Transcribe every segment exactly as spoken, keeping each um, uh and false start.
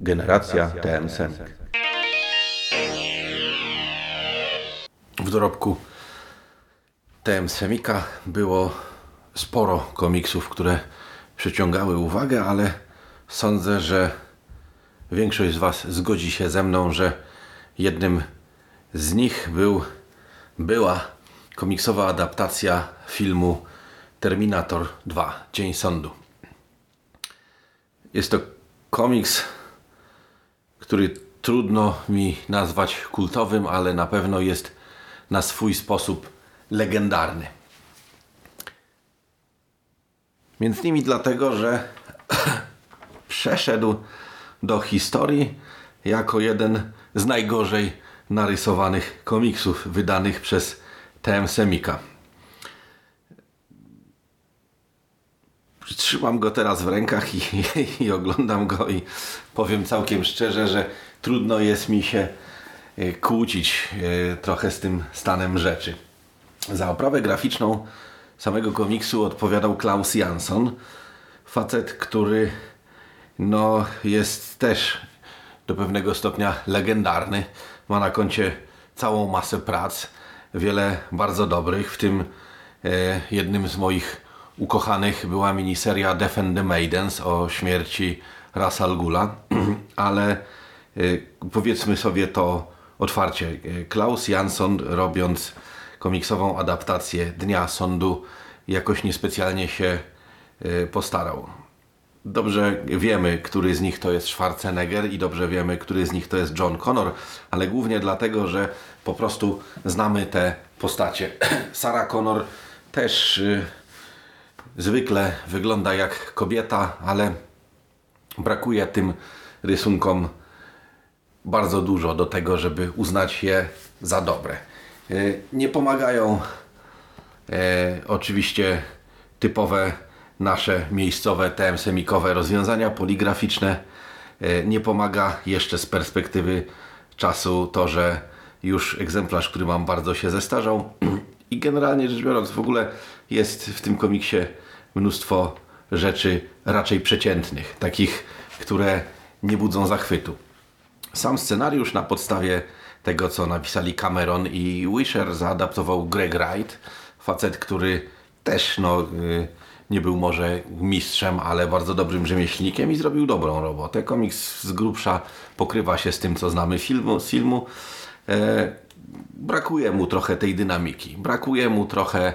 Generacja T M Semik. W dorobku T M Semika było sporo komiksów, które przyciągały uwagę, ale sądzę, że większość z Was zgodzi się ze mną, że jednym z nich był, była komiksowa adaptacja filmu Terminator dwa. Dzień Sądu. Jest to komiks, który trudno mi nazwać kultowym, ale na pewno jest na swój sposób legendarny. Między innymi dlatego, że przeszedł do historii jako jeden z najgorzej narysowanych komiksów wydanych przez T M Semika. Trzymam go teraz w rękach i, i, i oglądam go i powiem całkiem szczerze, że trudno jest mi się kłócić trochę z tym stanem rzeczy. Za oprawę graficzną samego komiksu odpowiadał Klaus Jansson, facet, który no, jest też do pewnego stopnia legendarny. Ma na koncie całą masę prac, wiele bardzo dobrych, w tym e, jednym z moich ukochanych była miniseria Defend the Maidens o śmierci Ra's al Ghula, ale e, powiedzmy sobie to otwarcie. Klaus Jansson, robiąc komiksową adaptację Dnia Sądu, jakoś niespecjalnie się e, postarał. Dobrze wiemy, który z nich to jest Schwarzenegger i dobrze wiemy, który z nich to jest John Connor, ale głównie dlatego, że po prostu znamy te postacie. Sarah Connor też y, zwykle wygląda jak kobieta, ale brakuje tym rysunkom bardzo dużo do tego, żeby uznać je za dobre. Y, nie pomagają y, oczywiście typowe nasze miejscowe T M Semikowe rozwiązania poligraficzne. Nie pomaga jeszcze z perspektywy czasu to, że już egzemplarz, który mam, bardzo się zestarzał i generalnie rzecz biorąc w ogóle jest w tym komiksie mnóstwo rzeczy raczej przeciętnych, takich, które nie budzą zachwytu. Sam scenariusz na podstawie tego, co napisali Cameron i Wisher, zaadaptował Greg Wright, facet, który też no yy, nie był może mistrzem, ale bardzo dobrym rzemieślnikiem i zrobił dobrą robotę. Komiks z grubsza pokrywa się z tym, co znamy filmu, z filmu. E, brakuje mu trochę tej dynamiki. Brakuje mu trochę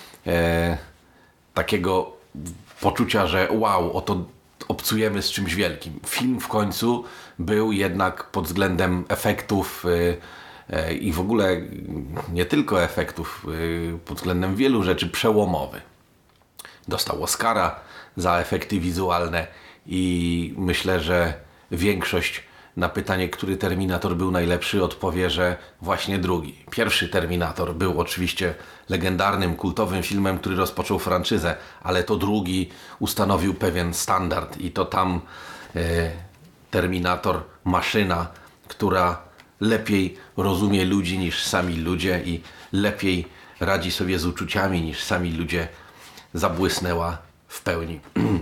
e, takiego poczucia, że wow, oto obcujemy z czymś wielkim. Film w końcu był jednak pod względem efektów e, e, i w ogóle nie tylko efektów, e, pod względem wielu rzeczy przełomowy. Dostał Oscara za efekty wizualne i myślę, że większość na pytanie, który Terminator był najlepszy, odpowie, że właśnie drugi. Pierwszy Terminator był oczywiście legendarnym, kultowym filmem, który rozpoczął franczyzę, ale to drugi ustanowił pewien standard i to tam e, Terminator, maszyna, która lepiej rozumie ludzi niż sami ludzie i lepiej radzi sobie z uczuciami niż sami ludzie, zabłysnęła w pełni.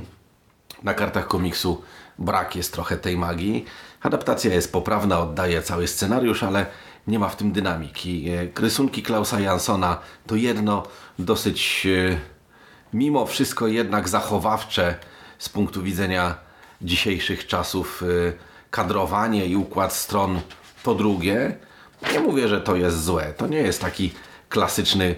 Na kartach komiksu brak jest trochę tej magii. Adaptacja jest poprawna, oddaje cały scenariusz, ale nie ma w tym dynamiki. Rysunki Klausa Janssona to jedno dosyć mimo wszystko jednak zachowawcze z punktu widzenia dzisiejszych czasów kadrowanie i układ stron to drugie. Nie mówię, że to jest złe. To nie jest taki klasyczny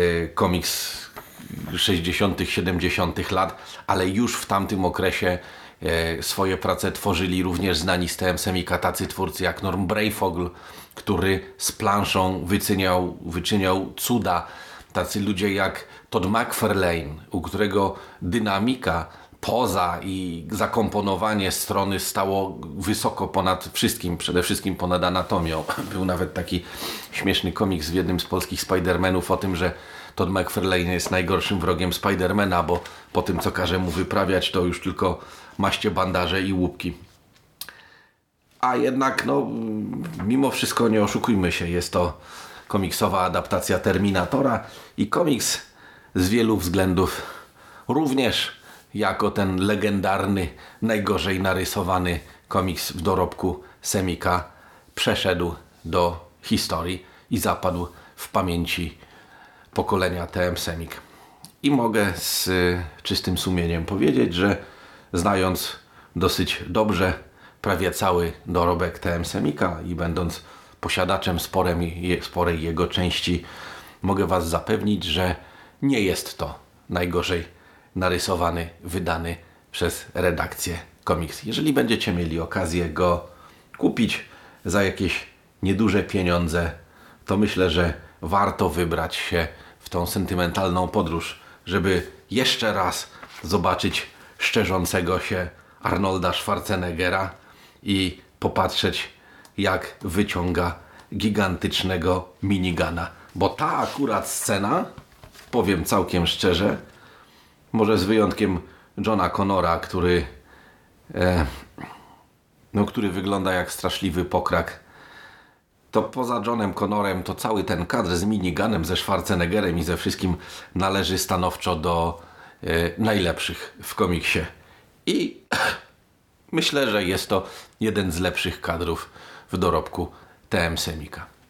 komiks sześćdziesiątych, siedemdziesiątych lat, ale już w tamtym okresie e, swoje prace tworzyli również znani z T M Semika tacy twórcy jak Norm Breyfogle, który z planszą wyczyniał, wyczyniał cuda. Tacy ludzie jak Todd McFarlane, u którego dynamika, poza i zakomponowanie strony stało wysoko ponad wszystkim, przede wszystkim ponad anatomią. Był nawet taki śmieszny komiks w jednym z polskich Spidermanów o tym, że Todd McFarlane jest najgorszym wrogiem Spidermana, bo po tym, co każe mu wyprawiać, to już tylko maście, bandaże i łupki. A jednak, no, mimo wszystko nie oszukujmy się, jest to komiksowa adaptacja Terminatora i komiks z wielu względów również jako ten legendarny, najgorzej narysowany komiks w dorobku Semika przeszedł do historii i zapadł w pamięci pokolenia T M Semik. I mogę z czystym sumieniem powiedzieć, że znając dosyć dobrze prawie cały dorobek T M Semika i będąc posiadaczem sporem, sporej jego części, mogę Was zapewnić, że nie jest to najgorzej narysowany, wydany przez redakcję komiks. Jeżeli będziecie mieli okazję go kupić za jakieś nieduże pieniądze, to myślę, że warto wybrać się w tą sentymentalną podróż, żeby jeszcze raz zobaczyć szczerzącego się Arnolda Schwarzeneggera i popatrzeć, jak wyciąga gigantycznego minigana. Bo ta akurat scena, powiem całkiem szczerze, może z wyjątkiem Johna Connora, który e, no, który wygląda jak straszliwy pokrak, to poza Johnem Connorem to cały ten kadr z miniganem, ze Schwarzeneggerem i ze wszystkim należy stanowczo do e, najlepszych w komiksie. I myślę, że jest to jeden z lepszych kadrów w dorobku T M Semika.